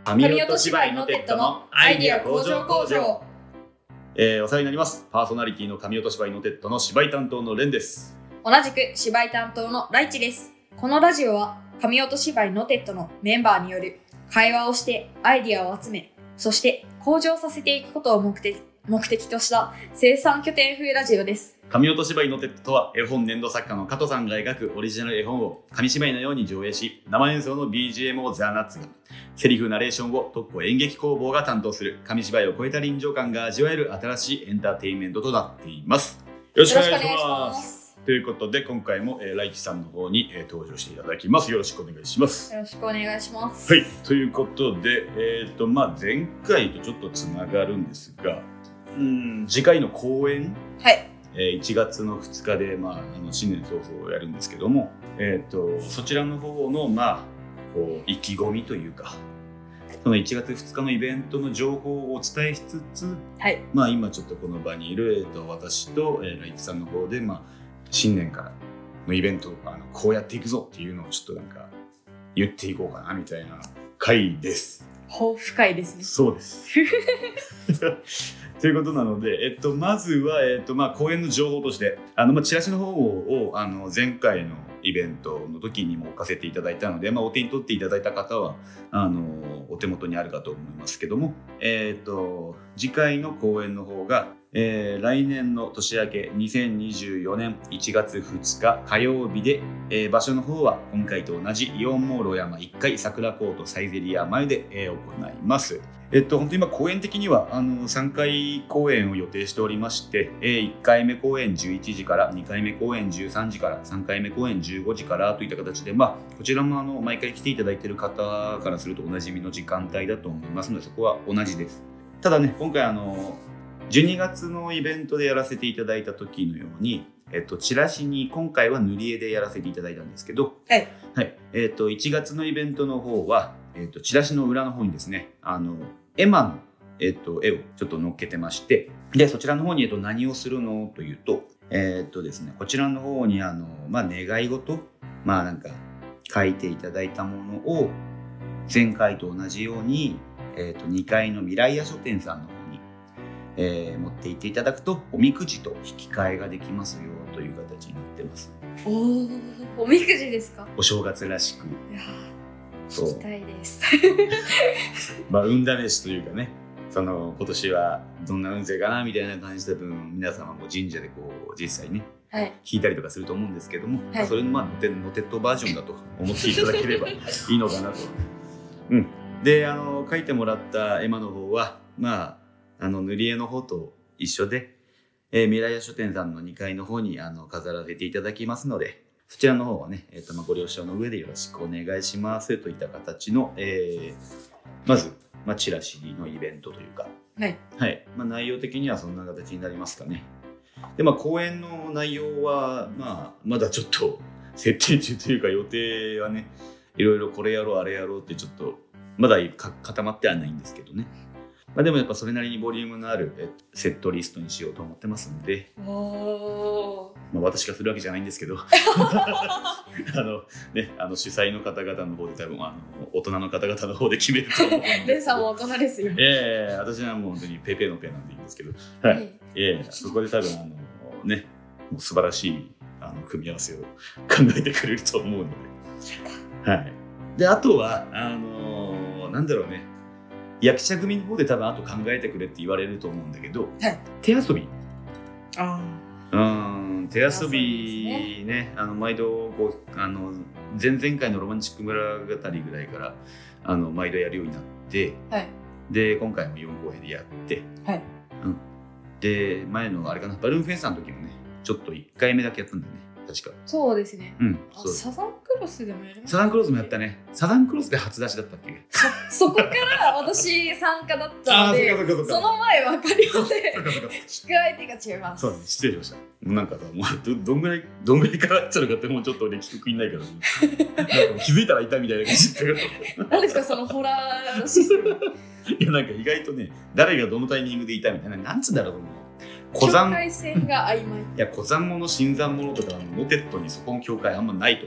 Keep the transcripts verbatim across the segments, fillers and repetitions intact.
神音芝居のテッドのアイディア向上工場。 えー、お世話になります。パーソナリティの神音芝居のテッドの芝居担当のレンです。 同じく芝居担当のライチです。このラジオは神音芝居のテッドのメンバーによる会話をしてアイディアを集め、そして向上させていくことを目的目的とした生産拠点風ラジオです。 神音芝居のテッドとは、絵本粘土作家の加藤さんが描くオリジナル絵本を紙芝居のように上映し、生演奏の ビージーエム をザ・ナッツが、セリフナレーションを特攻演劇工房が担当する紙芝居を超えた臨場感が味わえる新しいエンターテインメントとなっています。よろしくお願いします。ということで、今回も、えー、ライチさんの方に、えー、登場していただきます。よろしくお願いします。 よろしくお願いします。 はい、ということで、えーとまあ、前回とちょっとつながるんですが、うん次回の公演、 はいえー、いちがつのふつかで、まあ、あの新年早々やるんですけども、えーとそちらの方の、まあ、こう意気込みというか、そのいちがつふつかのイベントの情報をお伝えしつつ、 はい、 まあ、今ちょっとこの場にいる、えー、と私と、えー、ライチさんの方で、まあ、新年からのイベントあのこうやっていくぞっていうのをちょっとなんか言っていこうかなみたいな回です。 抱負会ですね。 そうですということなので、えっと、まずは、えっとまあ、公演の情報としてあの、まあ、チラシの方をあの前回のイベントの時にも置かせていただいたので、まあ、お手に取っていただいた方はあのお手元にあるかと思いますけども、えっと次回の公演の方が、えー、来年の年明けにせんにじゅうよねんいちがつふつか火曜日で、えー、場所の方は今回と同じイオンモール山いっかい桜コートサイゼリア前で、えー、行います。えっと、本当に今公演的にはあのさんかい公演を予定しておりまして、えー、いっかいめ公演じゅういちじからにかいめ公演じゅうさんじからさんかいめ公演じゅうごじからといった形で、まあ、こちらもあの毎回来ていただいている方からするとおなじみの時間帯だと思いますので、そこは同じです。ただね、今回あのじゅうにがつのイベントでやらせていただいた時のように、えっと、チラシに今回は塗り絵でやらせていただいたんですけど、 はいはいえっと、いちがつのイベントの方は、えっと、チラシの裏の方にですね、あの絵馬の、えっと、絵をちょっと載っけてまして、でそちらの方に、えっと、何をするのというと、えっとですね、こちらの方にあの、まあ、願い事、まあなんか書いていただいたものを前回と同じように、えっと、にかいの未来屋書店さんの方にえー、持っていっていただくとおみくじと引き換えができますよという形になってます。 おー、おみくじですか？ お正月らしく。 いやー、聞きたいですまあ運試しというかね、その今年はどんな運勢かなみたいな感じで多分皆様も神社でこう実際ね、はい、引いたりとかすると思うんですけども、はい、それのまあのてのてっとバージョンだと思っていただければいいのかなと。うん、であの書いてもらった絵馬の方はまああの塗り絵の方と一緒で、えー、未来屋書店さんのにかいの方にあの飾らせていただきますので、そちらの方はね、えーとまあ、ご了承の上でよろしくお願いしますといった形の、えー、まず、まあ、チラシのイベントというか、 はいはいまあ、内容的にはそんな形になりますかね。で、まあ、公演の内容は、まあ、まだちょっと設定中というか予定はね、いろいろこれやろうあれやろうってちょっとまだ固まってはないんですけどね。まあ、でもやっぱそれなりにボリュームのあるセットリストにしようと思ってますので、 お、 まあ、私がするわけじゃないんですけどあの、ね、あの主催の方々の方で多分あの大人の方々の方で決めると思うんですけどレンさんも大人ですよ。 ええー、私はもう本当にペーペーのペーなんでいいんですけど、はい、ええー、そこで多分あのねもう素晴らしいあの組み合わせを考えてくれると思うので、はい、であとはあのなんだろうね、役者組の方で多分あと考えてくれって言われると思うんだけど、はい、手遊び、 あうん手遊び ね, ねあの毎度こうあの前々回のロマンチック村語りぐらいからあの毎度やるようになって、はい、で今回もよん公演でやって、はいうん、で前のあれかなバルーンフェンサーの時もねちょっといっかいめだけやったんだよね確か。 そうですね、 うん、 そうサザンクロスでもやりました、ね、 サザンクロスもやったね。サザンクロスで初出しだったっけ？ そ, そこから私参加だったのでその前はカリオで聞く相手が違います。 そうね、失礼しました。もうなんかさもう ど, どんぐらいどんぐらいからやったのかってもうちょっと俺聞く気ないから、ね、なんか気づいたらいたみたいな感じで何ですかそのホラーシステムいやなんか意外とね誰がどのタイミングでいたみたいな、なんつうんだろうと思う。 境界線が曖昧。 いや、古山者、新参者とかのノテットにそこの境界あんまないと思ってるん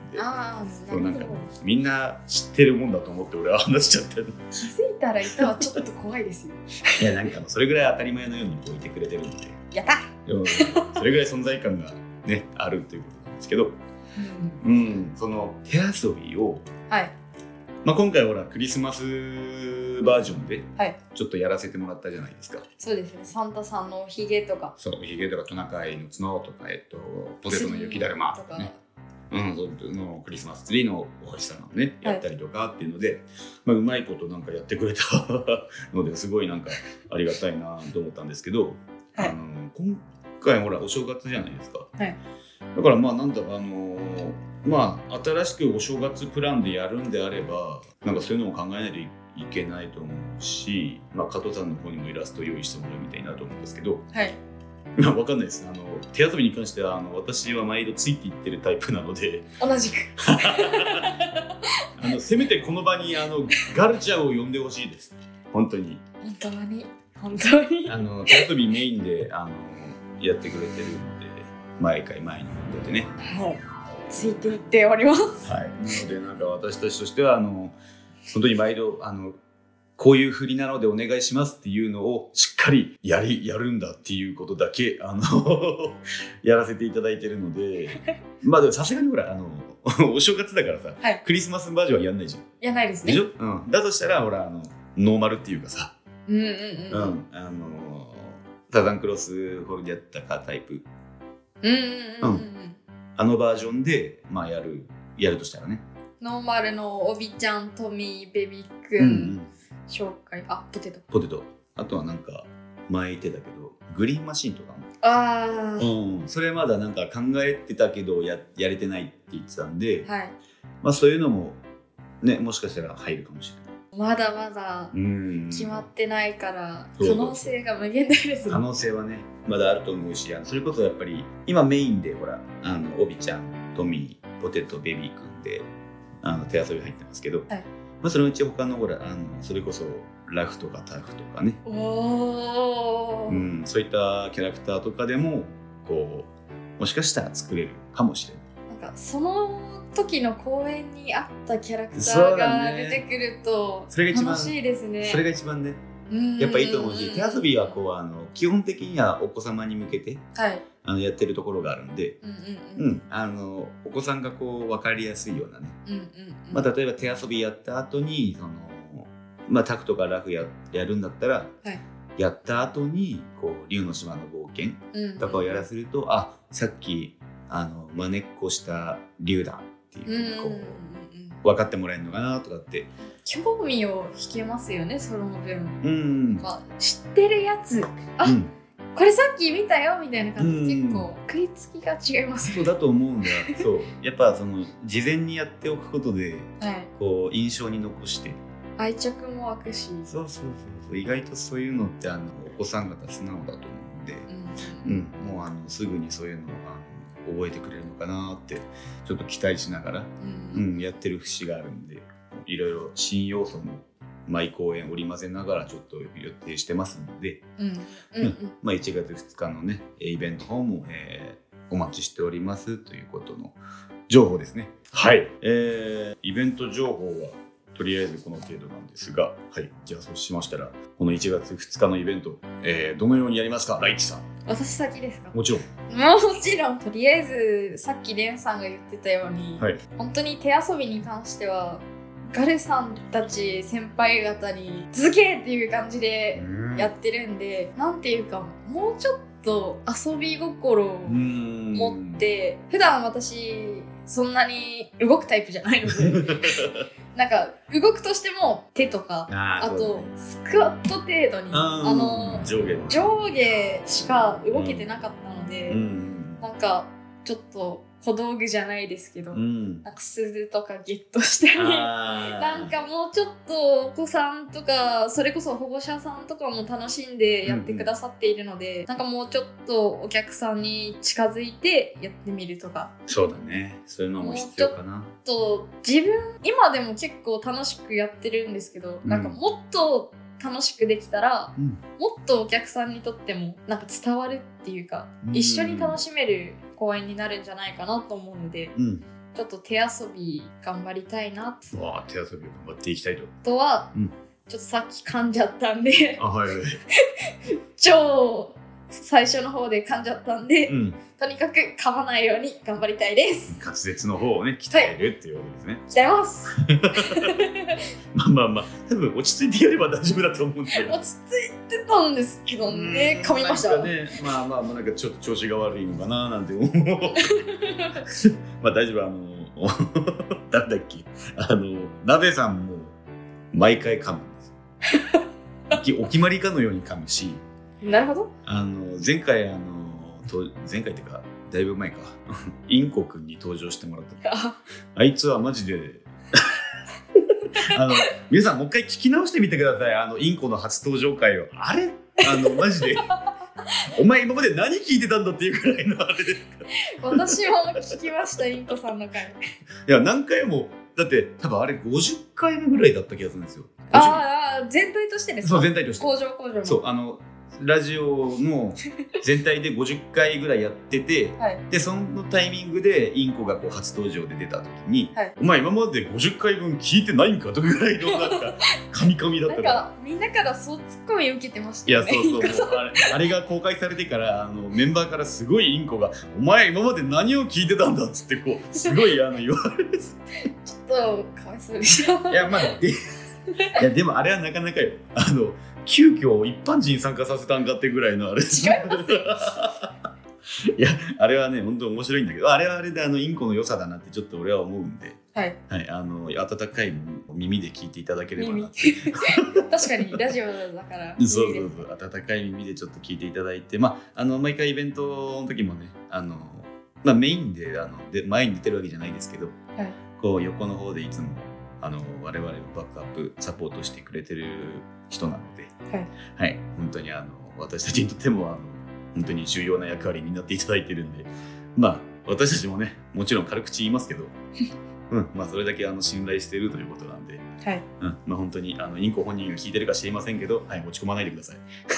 んで、 ああ、 そうなんかなるほど。 みんな知ってるもんだと思って俺は話しちゃったの。 気づいたらいたはちょっと怖いですよ。 いやなんかそれぐらい当たり前のように置いてくれてるので、 やったうんそれぐらい存在感がねあるということなんですけど、 うん、 うんその手遊びを、 はいまあ、今回ほらクリスマスバージョンではいちょっとやらせてもらったじゃないですか。 そうですね。サンタさんのひげとかそうヒゲとかトナカイの角とか、えっと、ポテトの雪だるまとかね、うん、そうのクリスマスツリーのお星様をねやったりとかっていうので、まあ、うまいことなんかやってくれたのですごいなんかありがたいなと思ったんですけど、はい、あの今回ほらお正月じゃないですか、はい、だからまあなんだかあのー、まあ新しくお正月プランでやるんであればなんかそういうのも考えないといけないと思うし、まあ、加藤さんの方にもイラストを用意してもらうみたいなと思うんですけど、はいまあ、わかんないです。あの手遊びに関してはあの私は毎度ついていってるタイプなので同じくあのせめてこの場にあのガルチャーを呼んでほしいです。本当に本当に本当にあの手遊びメインであのやってくれてるので毎回前に呼んでてね、 はい、ついていっております。 はい、なのでなんか私たちとしてはあの本当に毎度あのこういう振りなのでお願いしますっていうのをしっかりやりやるんだっていうことだけあのやらせていただいてるのでまあでもさすがにほらあのお正月だからさ、はい、クリスマスバージョンはやんないじゃん。 やんないですね。 でしょ、うん、だとしたらほらあのノーマルっていうかさ、 うんうんうん、 うん、あのサザンクロスホルディアッタカタイプ、 うんうんうんうん、うん、 あのバージョンでまあやるやるとしたらね。 ノーマルのおびちゃん、トミー、ベビくん、うんうん、紹介、あ、ポテト。 ポテト。あとはなんか前言ってたけど、グリーンマシーンとかも。 ああ。 うん。それまだなんか考えてたけどややれてないって言ってたんで、 はい。 まあそういうのもね、もしかしたら入るかもしれない。 まだまだ決まってないから可能性が無限大ですね。 可能性はねまだあると思うし、あのそれこそやっぱり今メインでほらあのオビちゃん、トミー、ポテト、ベビーくんであの手遊び入ってますけど、はい、まあ、そのうち他のほらあのそれこそラフとかタフとかね、 おー、 うん、そういったキャラクターとかでもこうもしかしたら作れるかもしれない。 なんかその時の公演に合ったキャラクターが出てくると楽しいですね。 それが一番ねやっぱいいと思うし、手遊びはこうあの基本的にはお子様に向けて、はい、あのやってるところがあるんで、うんうんうんうん、あのお子さんがこう分かりやすいようなね、うんうんうん、まあ、例えば手遊びやった後にその、まあ、タクとかラフ や, やるんだったら、はい、やった後にこう竜の島の冒険とかをやらせると、うんうん、あさっきあのまねっこした竜だっていうふうにこう、うんうんうん、分かってもらえるのかなとかって興味を引けますよね、その分、うん、なんか知ってるやつ、あ、うん、これさっき見たよみたいな感じで結構食いつきが違いますね。そうだと思うんだ。そうやっぱその事前にやっておくことで、はい、こう印象に残して愛着も湧くし、 そうそうそうそう、意外とそういうのってあのお子さん方素直だと思うんで、うんうん、もうあのすぐにそういうのをあの覚えてくれるのかなってちょっと期待しながら、うんうん、やってる節があるんで、いろいろ新要素も毎公演織り交ぜながらちょっと予定してますので、うんうんうんうん、まあ、いちがつふつかのねイベントの方も、えー、お待ちしておりますということの情報ですね。はい、えー、イベント情報はとりあえずこの程度なんですが、はい、じゃあそうしましたらこのいちがつふつかのイベント、えー、どのようにやりますか、ライチさん。 私先ですか？ もちろんもちろん。とりあえずさっきレンさんが言ってたように、はい、本当に手遊びに関してはガルさんたち先輩方に続けっていう感じでやってるんで、んなんていうかもうちょっと遊び心を持って、普段私そんなに動くタイプじゃないのでなんか動くとしても手とか あ, あとスクワット程度にあの上下上下しか動けてなかったので、うん、なんかちょっと小道具じゃないですけど、うん、なんか鈴とかゲットしたりなんかもうちょっとお子さんとかそれこそ保護者さんとかも楽しんでやってくださっているので、うんうん、なんかもうちょっとお客さんに近づいてやってみるとか。 そうだね、そういうのも必要かな。 もうちょっと自分今でも結構楽しくやってるんですけど、うん、なんかもっと楽しくできたら、うん、もっとお客さんにとってもなんか伝わるっていうか、うん、一緒に楽しめる公演になるんじゃないかなと思うので、うん、 ちょっと手遊び頑張りたいなうわ手遊びを頑張っていきたいと。 とは、 うん、 ちょっとさっき噛んじゃったんであはいはい、 超最初の方で噛んじゃったんで、 うん、 とにかく噛まないように頑張りたいです。 滑舌の方をね鍛えるっていうわけですね。 鍛えますまあまあまあ多分落ち着いてやれば大丈夫だと思うんですけど。 落ち着いてたんですけどね、噛みました。 なんかね、まあまあまあなんかちょっと調子が悪いのかななんて思う。まあ大丈夫、あのなんだっけ、あの鍋さんも毎回噛むんですよ。お決まりかのように噛むし。 なるほど。 あの前回あのと前回っていうかだいぶ前かインコくんに登場してもらったあいつはマジであの皆さんもう一回聞き直してみてください。あのインコの初登場回をあれあのマジでお前今まで何聞いてたんだっていうくらいのあれですか。 私も聞きましたインコさんの回。 いや何回もだって多分あれごじゅっかいめぐらいだった気がするんですよ。 ああ全体としてですか。 そう全体として工場工場そうあのラジオの全体でごじゅっかいぐらいやってて、はい、でそのタイミングでインコがこう初登場で出た時に、はい、お前今までごじゅっかいぶん聞いてないんかとぐらいのなんかカミカミだったから。 なんかみんなからそうツッコミ受けてましたよね。 いやそうそうそうあれあれが公開されてからあのメンバーからすごいインコがお前今まで何を聞いてたんだっつってこうすごいあの言われる。ちょっとかわいそうでしょ。 いやまあでいやでもあれはなかなかよあの急遽一般人参加させたんかってぐらいのあれです。違いますよ。いやあれはね本当に面白いんだけどあれはあれであのインコの良さだなってちょっと俺は思うんで、はいはい、あの温かい耳で聞いていただければなって確かにラジオだからそうそうそう温かい耳でちょっと聞いていただいて、まあ、あの毎回イベントの時もねあの、まあ、メインであので前に出てるわけじゃないですけど、はい、こう横の方でいつもあの我々をバックアップサポートしてくれてる人なので、はいはい、本当にあの私たちにとってもあの本当に重要な役割になっていただいてるんで、まあ私たちもねもちろん軽口言いますけど、うんまあ、それだけあの信頼しているということなんで、はいうんまあ、本当にあのインコ本人が聞いてるか知りませんけど、はい、落ち込まないでください。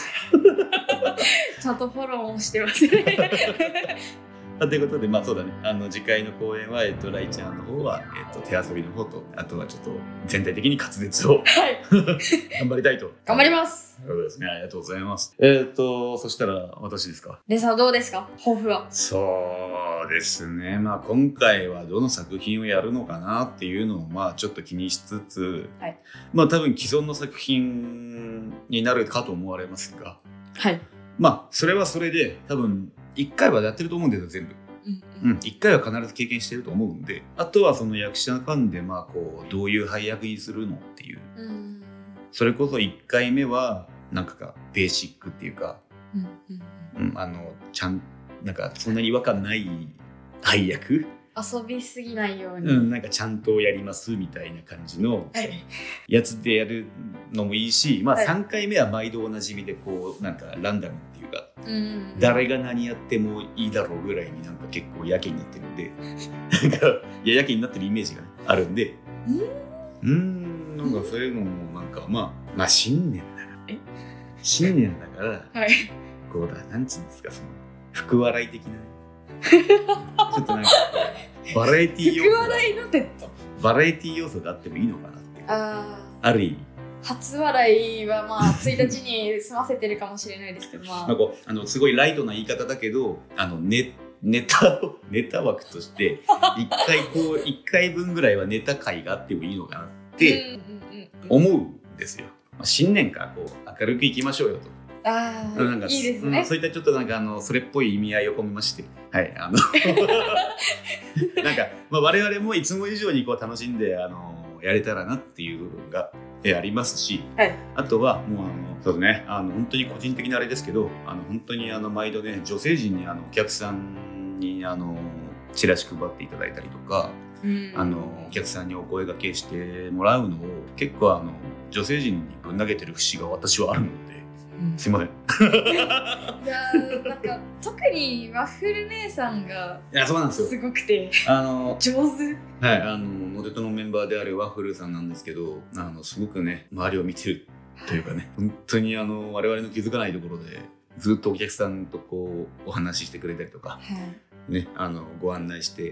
ちゃんとフォローもしてますね。 ということで、まあそうだね、あの次回の公演は、えっと、ライちゃんの方は、えっと、手遊びの方と、あとはちょっと全体的に滑舌を、はい、頑張りたいと。 頑張ります。 そうですね、ありがとうございます。えっと、そしたら私ですか。 レさんどうですか、抱負は。 そうですね、まあ今回はどの作品をやるのかなっていうのを、まあちょっと気にしつつ、はい、まあ多分既存の作品になるかと思われますが、はい。まあそれはそれで多分、いっかいはやってると思うんですよ全部、うんうん、いっかいは必ず経験してると思うんで、あとはその役者間でまあこうどういう配役にするのっていう、うん、それこそいっかいめはなんかかベーシックっていうか、うんうんうん、あのちゃんなんかそんなに違和感ない配役、 遊びすぎないように、 うん、なんかちゃんとやりますみたいな感じのやつでやるのもいいし、まあさんかいめは毎度おなじみでこうなんかランダムっていうか、うん、誰が何やってもいいだろうぐらいになんか結構やけになってるんでなんかいややけになってるイメージが、ね、あるんで、うーんなんかそういうのもなんかまあまあ新年だから新年だから、はい、こうだなんつうんですかその福笑い的なちょっとなんかバラエティー要素福笑いのテッドバラエティー要素があってもいいのかなって、あある意味初笑いはまあついたちに済ませてるかもしれないですけど、まあ、 なんかあのすごいライトな言い方だけどあの ネ, ネタをネタ枠としていっかいこういっかいぶんぐらいはネタ回があってもいいのかなって思うんですよ。まあ、新年からこう明るくいきましょうよと。 ああ、いいですね、 うん。そういったちょっとなんかあのそれっぽい意味合いを込めまして、はい、あのなんか、まあ、我々もいつも以上にこう楽しんであのやれたらなっていう部分がありますし、はい、あとはもうあのそうですね、あの本当に個人的なあれですけど、あの本当にあの毎度ね女性陣にあのお客さんにあのチラシ配っていただいたりとか、うん、あのお客さんにお声掛けしてもらうのを結構あの女性陣にぶん投げてる節が私はあるので。うん、すいません。いやなんか特にワッフル姉さんがいやそうなんですよすごくてあの上手。 はい、あのモテトのメンバーであるワッフルさんなんですけど、あのすごくね周りを見てるというかね、本当にあの我々の気づかないところでずっとお客さんとこうお話ししてくれたりとか、はい、ねあのご案内して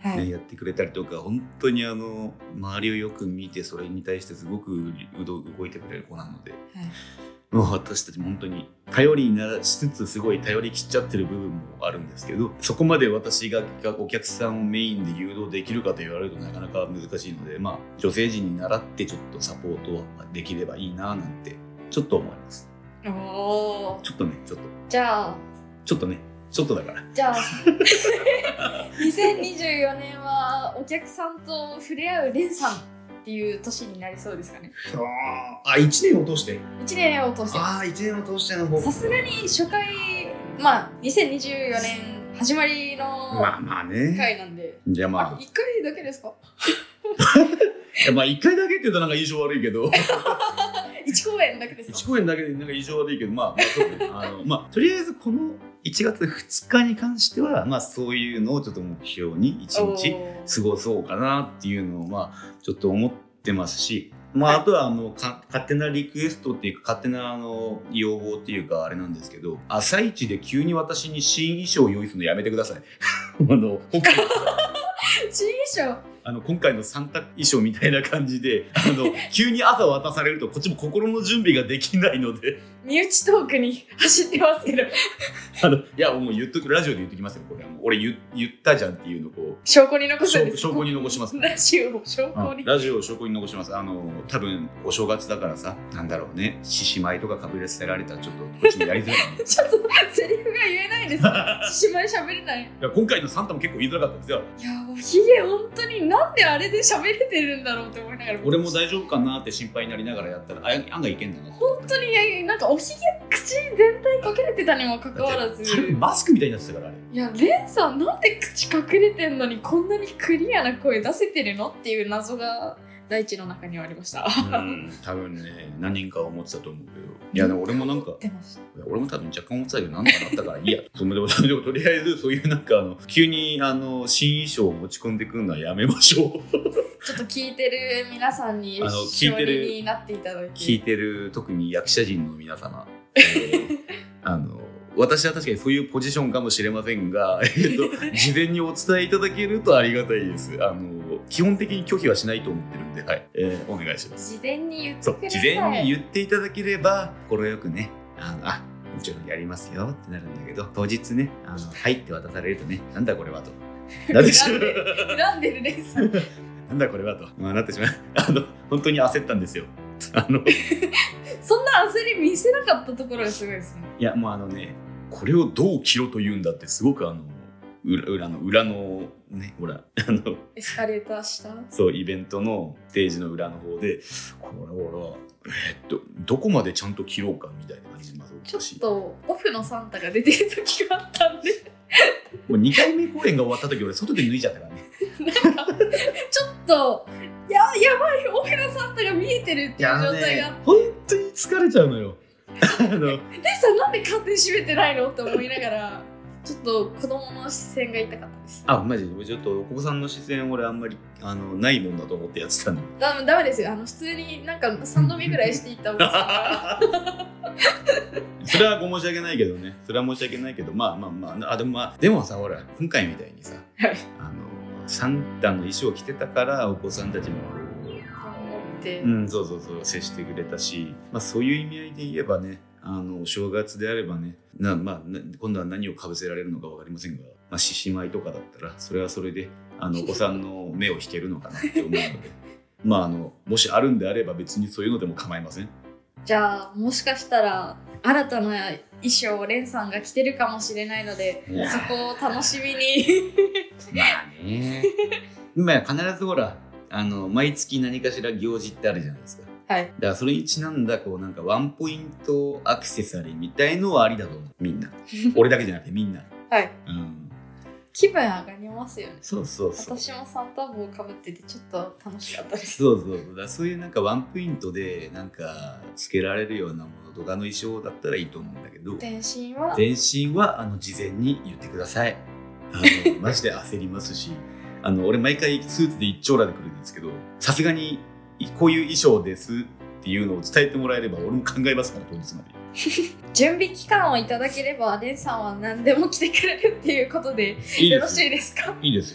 はい、 やってくれたりとか、本当にあの周りをよく見てそれに対してすごくうど動いてくれる子なので、はい、もう私たちも本当に頼りになしつつすごい頼りきっちゃってる部分もあるんですけど、そこまで私がお客さんをメインで誘導できるかと言われるとなかなか難しいので、まあ女性陣に習ってちょっとサポートはできればいいななんてちょっと思います。 おー、 ちょっとねちょっとじゃあちょっとねちょっとだからじゃあにせんにじゅうよねんはお客さんと触れ合うレンさんっていう年になりそうですかね。 あ、いちねんを通していちねんを通してああいちねんを通しての方さすがに初回、まあにせんにじゅうよねん始まりのまあまあね回なんで、 じゃあまあいっかいだけですかいやまあいっかいだけって言うとなんか印象悪いけどいち公演だけですか。 いち公演だけでなんか印象悪いけど、まあ、まあそうねあのまあとりあえずこのいちがつふつかに関しては、まあ、そういうのをちょっと目標にいちにち過ごそうかなっていうのを、まあ、ちょっと思ってますし、まあ、あとはあのか勝手なリクエストっていうか勝手なあの要望っていうかあれなんですけど、朝一で急に私に新衣装を用意するのやめてくださいあの今回新衣装あの今回のサンタ衣装みたいな感じであの急に朝渡されるとこっちも心の準備ができないので身内トークに走ってますけどあのいやもう言っとくラジオで言っときますよ。これはもう俺 言, 言ったじゃんっていうのをこう証拠に残すんです。 証拠に残します。 ラジオを証拠にラジオを証拠に残します。あの多分お正月だからさ、なんだろうね、獅子舞とかかぶれせられたらちょっとこっちもやりづらいちょっとセリフが言えないです獅子舞喋れない。いや今回のサンタも結構言いづらかったんですよ。 いやおひげ本当になんであれで喋れてるんだろうって思いながら、 俺も大丈夫かなって心配になりながらやったらあ案外いけんだな。 本当になんかおひげ口全体隠れてたにもかかわらずマスクみたいになってたからあれ。 いやレンさんなんで口隠れてんのにこんなにクリアな声出せてるのっていう謎が大地の中にはありました。 うん多分ね何人か思ってたと思うけど、いやでも俺もなんかいや俺も多分若干思ってたけどなんとかなったからいいやそれでもでもとりあえずそういうなんかあの急にあの新衣装を持ち込んでくるのはやめましょうちょっと聞いてる皆さんに勝利になっていただいて、 聞いてる特に役者陣の皆様、えー、あの私は確かにそういうポジションかもしれませんが、えー、と事前にお伝えいただけるとありがたいです。あの基本的に拒否はしないと思ってるんで、はいえー、お願いします。 事前に言ってください。 事前に言っていただければ心よくね、あのあもちろんやりますよってなるんだけど、当日ねあの入って渡されるとね、なんだこれはと恨んで恨んでるレンさんなんだこれはと、まあ、なってしまう。あの本当に焦ったんですよ。あのそんな焦り見せなかったところがすごいですね。 いやもうあのねこれをどう着ろと言うんだってすごくあの裏, 裏の裏のねほらあのエスカレーターしたそうイベントのステージの裏の方でこれ俺はえー、っとどこまでちゃんと着ろうかみたいな感じでまずちょっとオフのサンタが出てる時があったんでもうにかいめ公演が終わった時俺外で脱いじゃったからねなんかちょっといややばいオフのサンタが見えてるっていう状態が、 ね、本当に疲れちゃうのよあのレイさんなんでカーテン閉めてないのって思いながらちょっと子供の視線が痛かったです。 あマジでちょっとお子さんの視線俺あんまりあのないもんだと思ってやってたの。 だダメですよ。あの普通になんかさんどめぐらいしていったお子さんがそれはご申し訳ないけどねそれは申し訳ないけどまあまあまああでもまあでもさほら今回みたいにさ、 はい、 あのサンタの衣装を着てたからお子さんたちもこううんそうそうそう接してくれたし、まあ、そういう意味合いで言えばねあのお正月であればねな、まあ、今度は何をかぶせられるのか分かりませんが獅子舞とかだったらそれはそれであのお子さんの目を引けるのかなって思うのでまああのもしあるんであれば別にそういうのでも構いません。 じゃあもしかしたら新たな衣装をレンさんが着てるかもしれないのでそこを楽しみにまあねまあ必ずほらあの毎月何かしら行事ってあるじゃないですか。 はい、 だからそれにちなんだこうなんかワンポイントアクセサリーみたいのはありだと思うみんな俺だけじゃなくてみんなはい、 うん、 気分上がりますよね。 そうそうそう私もサンタ帽かぶっててちょっと楽しかったです。 そうそうそうだそういうなんかワンポイントでなんかつけられるようなものとかの衣装だったらいいと思うんだけど全身は全身はあの事前に言ってください。あのマジで焦りますしあの俺毎回スーツで一丁羅で来るんですけどさすがにこういう衣装ですっていうのを伝えてもらえれば俺も考えますから当日まで準備期間をいただければレンさんは何でも着てくれるっていうことでいいよろしいですか。 いいですよ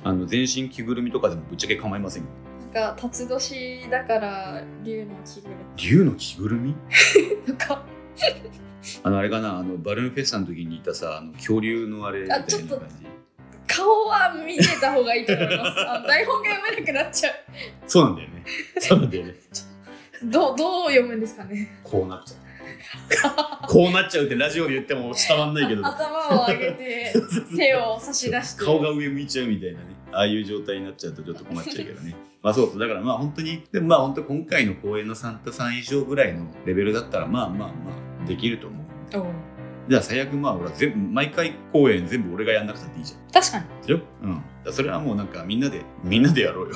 あの全身着ぐるみとかでもぶっちゃけ構いませんよ。 なんか辰年だから竜の着ぐる竜の着ぐるみみとかあのあれかな、あのバルーンフェスタの時にいたさ、あの恐竜のあれみたいな感じ。 顔は見てた方がいいと思いますあの台本が読めなくなっちゃう。 そうなんだよね。そうなんだよね。 どうどう読むんですかね。 こうなっちゃう。こうなっちゃうってラジオで言っても伝わんないけど。 頭を上げて手を差し出して顔が上向いちゃうみたいなね。ああいう状態になっちゃうとちょっと困っちゃうけどね。まあそうそう、だからまあ本当に、でもまあ本当今回の公演のサンタさん以上ぐらいのレベルだったらまあまあまあできると思う。 おじゃあ最悪まあ俺は全部毎回公演全部俺がやんなくたっていいじゃん。 確かに。 でしょ？うん。だからそれはもうなんかみんなでみんなでやろうよ。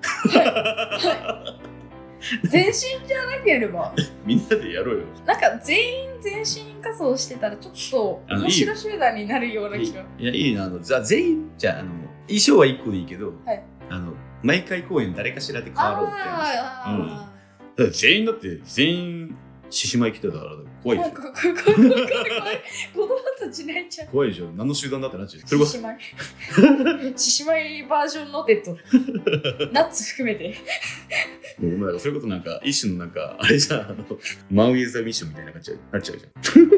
全身じゃなければみんなでやろうよ。 なんか全員全身仮装してたらちょっと面白集団になるような気が。 いやいいな、あのじゃあ全員じゃあ、あの衣装はいっこでいいけど、 はい、 あの毎回公演誰かしらで変わろうって話。 あ、 うん、だから全員だって全員獅子舞着てたら怖いでしょ。 怖い怖い怖い怖い怖い。子供たち泣いちゃう。 怖いでしょ。何の集団だってなっちゃう。それこそ獅子舞獅子舞バージョンのテッドナッツ含めてもうお前らそれこそなんか一種のなんかあれじゃん、あのマンウィズ・ザ・ミッションみたいな感じになっちゃうじゃん。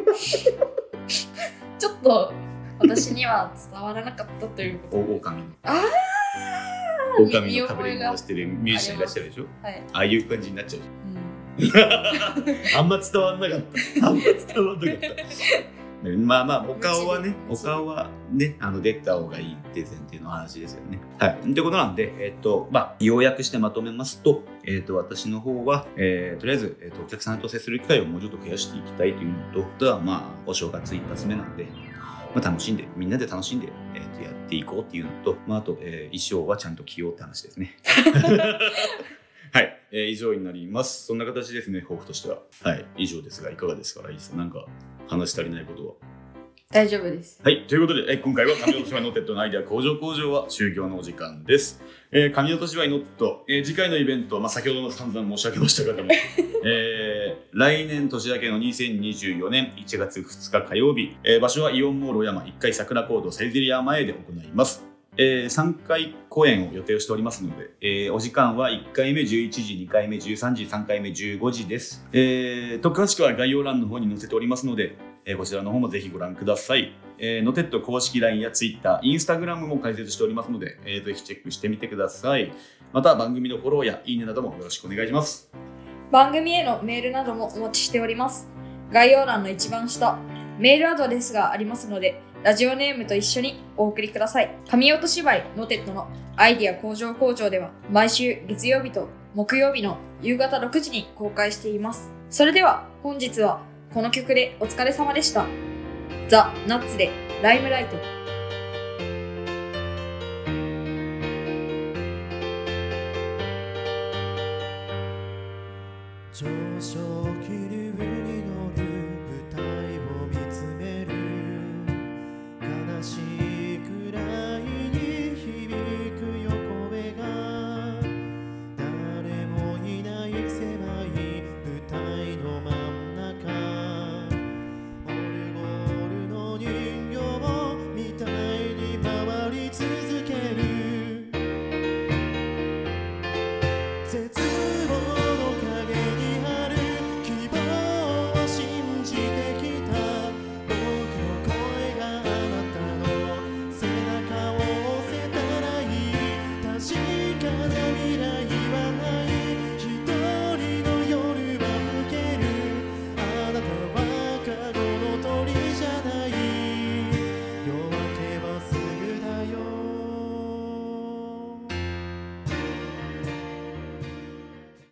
ちょっと私には伝わらなかったということで。 オオカミのあオオカミのかぶり物をしてるミュージシャンいらっしゃるでしょ。 はい、 ああいう感じになっちゃうじゃん。 うん、 あんま伝わんなかった。あんま伝わんなかった。まあまあお顔はね、お顔はね、あの出た方がいいって前提の話ですよね。はい。ということなんで、えっ、ー、とまあ要約してまとめますと、えっ、ー、と私の方は、えー、とりあえず、えー、とお客さんと接する機会をもうちょっと増やしていきたいというのと、あとはまあお正月一発目なんで、まあ、楽しんでみんなで楽しんで、えー、とやっていこうっていうのと、まああと、えー、衣装はちゃんと着ようって話ですね。はい、えー、以上になります。そんな形ですね、抱負としては。はい、以上ですが、いかがですか、ライスさん。なんか話し足りないことは。 大丈夫です。 はい、ということで、え今回は神落とし場ノテッドのアイデア工場工場は終了のお時間です。えー、神落とし場ノット、えー、次回のイベント、まあ、先ほども散々申し上げましたけども、えー、来年年明けのにせんにじゅうよねんいちがつふつか火曜日、えー、場所はイオンモール小山いっかい桜コードサイゼリア前で行います。えー、さんかい公演を予定しておりますので、えー、お時間はいっかいめじゅういちじ、にかいめじゅうさんじ、さんかいめじゅうごじです。えー、と詳しくは概要欄の方に載せておりますので、えー、こちらの方もぜひご覧ください。えー、ノテッド公式 ライン や Twitter、Instagram も開設しておりますので、えー、ぜひチェックしてみてください。また番組のフォローやいいねなどもよろしくお願いします。 番組へのメールなどもお待ちしております。概要欄の一番下、メールアドレスがありますので、ラジオネームと一緒にお送りください。神音芝居ノテッドのアイディア工場工場では毎週月曜日と木曜日の夕方ろくじに公開しています。それでは本日はこの曲でお疲れ様でした。ザ・ナッツでライムライト。 上昇気流に乗る